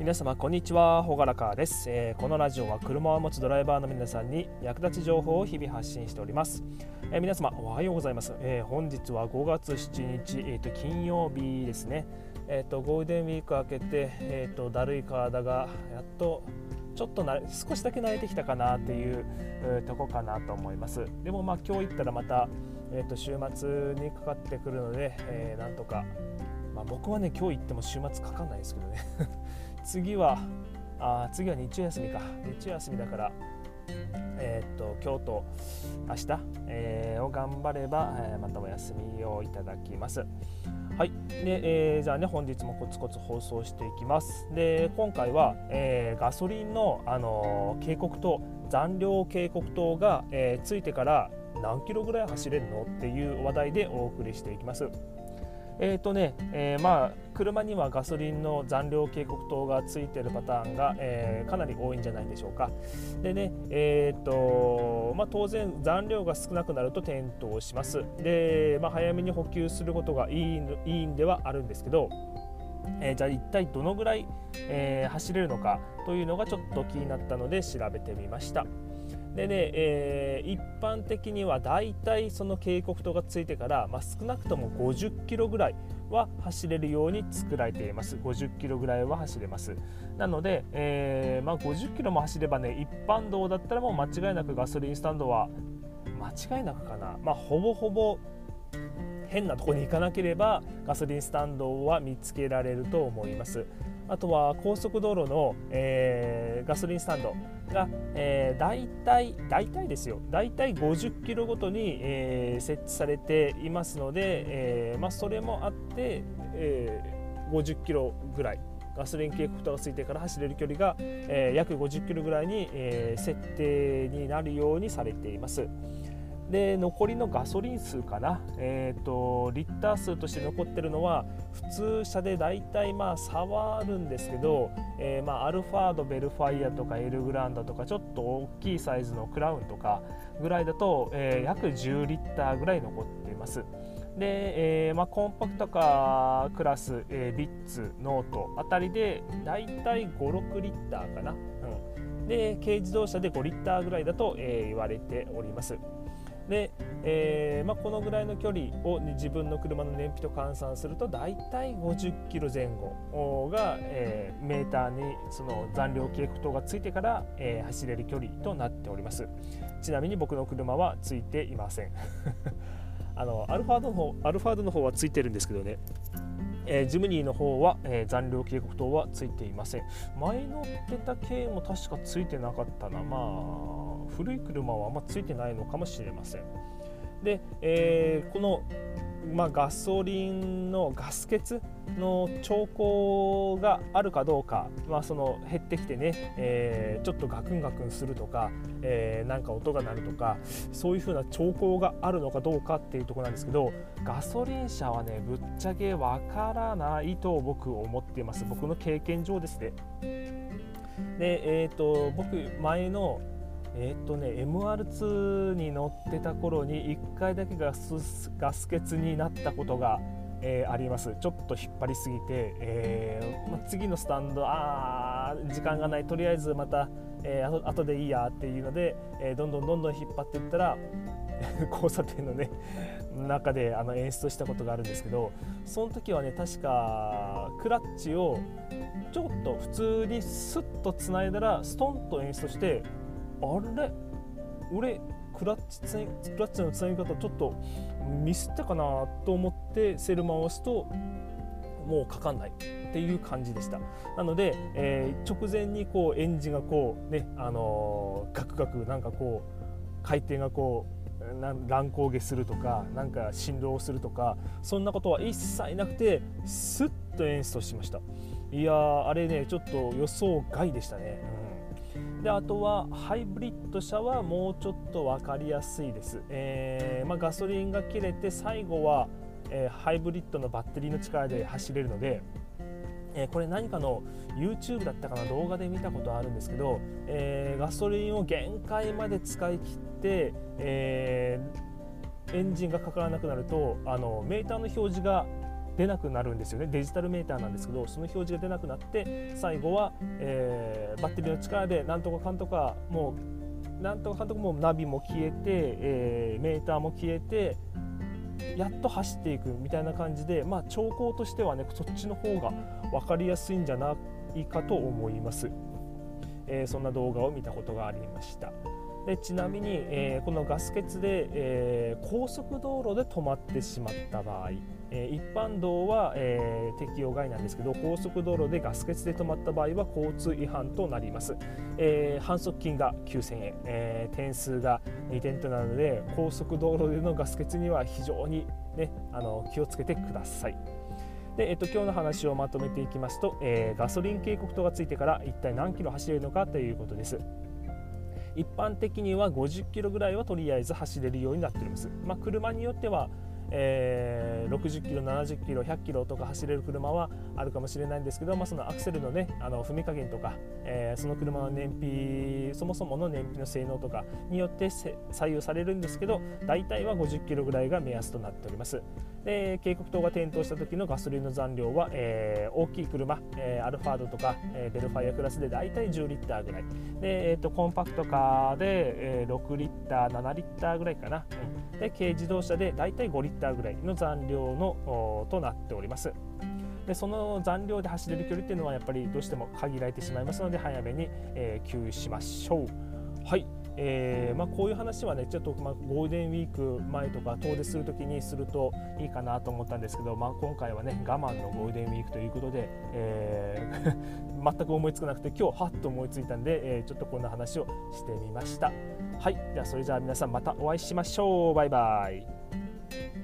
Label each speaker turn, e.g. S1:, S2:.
S1: 皆様こんにちは、ほがらかです。このラジオは車を持つドライバーの皆さんに役立ち情報を日々発信しております。皆様おはようございます。本日は5月7日、金曜日ですね。ゴールデンウィーク明けて、だるい体がやっとちょっと少しだけ慣れてきたかなっていう、とこかなと思います。でも今日行ったらまた、週末にかかってくるので、なんとか、僕はね今日行っても週末かかんないですけどね次は日曜休みか。日曜休みだから、今日と明日、を頑張れば、またお休みをいただきます。はい。で、じゃあね、本日もコツコツ放送していきます。で、今回は、ガソリンの、警告灯、残量警告灯が、ついてから何キロぐらい走れるのっていう話題でお送りしていきます。車にはガソリンの残量警告灯がついているパターンが、かなり多いんじゃないでしょうか。でね、当然残量が少なくなると点灯します。で、早めに補給することがいいんではあるんですけど、じゃあ一体どのぐらい、走れるのかというのがちょっと気になったので調べてみました。でね、一般的にはだいたいその警告灯がついてから、少なくとも50キロぐらいは走れるように作られています。50キロぐらいは走れます。なので、50キロも走ればね、一般道だったらもう間違いなくガソリンスタンドは間違いなくかな、ほぼほぼ変なところに行かなければガソリンスタンドは見つけられると思います。あとは高速道路の、ガソリンスタンドが、だいたいですよ、だいたい50キロごとに、設置されていますので、それもあって、50キロぐらいガソリン警告灯がついてから走れる距離が、約50キロぐらいに、設定になるようにされています。で、残りのガソリン数かな、リッター数として残ってるのは普通車でだいたい差はあるんですけど、アルファード、ベルファイアとかエルグランダとかちょっと大きいサイズのクラウンとかぐらいだと、約10リッターぐらい残っています。で、コンパクトカークラス、ビッツ、ノートあたりでだいたい5、6リッターかな、で軽自動車で5リッターぐらいだと、言われております。で、このぐらいの距離を自分の車の燃費と換算するとだいたい50キロ前後が、メーターにその残量警告灯がついてから、走れる距離となっております。ちなみに僕の車はついていませんアルファードの方はついてるんですけどね、ジムニーの方は、残量警告灯はついていません。前乗ってた系も確かついてなかったな。古い車はあんまついてないのかもしれません。で、この、ガソリンのガス欠の兆候があるかどうか、その減ってきてね、ちょっとガクンガクンするとか、なんか音が鳴るとか、そういう風な兆候があるのかどうかっていうところなんですけど、ガソリン車はねぶっちゃけわからないと僕思っています。僕の経験上ですね。で、僕前のMR2 に乗ってた頃に1回だけガス欠になったことが、あります。ちょっと引っ張りすぎて、次のスタンド時間がない、とりあえずまた、後でいいやっていうので、どんどん引っ張っていったら交差点のね中で演出したことがあるんですけど、その時はね確かクラッチをちょっと普通にスッとつないだらストンと演出して、あれ俺クラッチのつなぎ方ちょっとミスったかなと思ってセルマを押すともうかかんないっていう感じでした。なので、直前にこうエンジンがこうね、ガクガクなんかこう回転がこう乱高下するとか、なんか振動するとか、そんなことは一切なくてスッと演出しました。いやー、あれねちょっと予想外でしたね。で、あとはハイブリッド車はもうちょっと分かりやすいです。ガソリンが切れて最後は、ハイブリッドのバッテリーの力で走れるので、これ何かの YouTube だったかな、動画で見たことあるんですけど、ガソリンを限界まで使い切って、エンジンがかからなくなるとメーターの表示が出なくなるんですよね。デジタルメーターなんですけど、その表示が出なくなって最後は、バッテリーの力でなんとかかんとかもうナビも消えて、メーターも消えてやっと走っていくみたいな感じで、兆候としてはねそっちの方が分かりやすいんじゃないかと思います。そんな動画を見たことがありました。でちなみに、このガス欠で、高速道路で止まってしまった場合、一般道は、適用外なんですけど、高速道路でガス欠で止まった場合は交通違反となります。反則金が9000円、点数が2点となるので、高速道路でのガス欠には非常に、気をつけてください。で今日の話をまとめていきますと、ガソリン警告灯がついてから一体何キロ走れるのかということです。一般的には50キロぐらいはとりあえず走れるようになっております。車によっては、60キロ、70キロ、100キロとか走れる車はあるかもしれないんですけど、そのアクセルのね踏み加減とか、その車の燃費、そもそもの燃費の性能とかによって左右されるんですけど、大体は50キロぐらいが目安となっております。で警告灯が点灯した時のガソリンの残量は、大きい車、アルファードとか、ベルファイアクラスで大体10リッターぐらいで、コンパクトカーで、6リッター7リッターぐらいかな、で軽自動車で大体5リッターぐらいの残量のとなっております。でその残量で走れる距離っていうのはやっぱりどうしても限られてしまいますので、早めに、給油しましょう。はい、こういう話はねちょっと、ゴールデンウィーク前とか遠出するときにするといいかなと思ったんですけど、今回はね我慢のゴールデンウィークということで、全く思いつかなくて今日はっと思いついたんで、ちょっとこんな話をしてみました。はい、ではそれじゃあ皆さんまたお会いしましょう。バイバイ。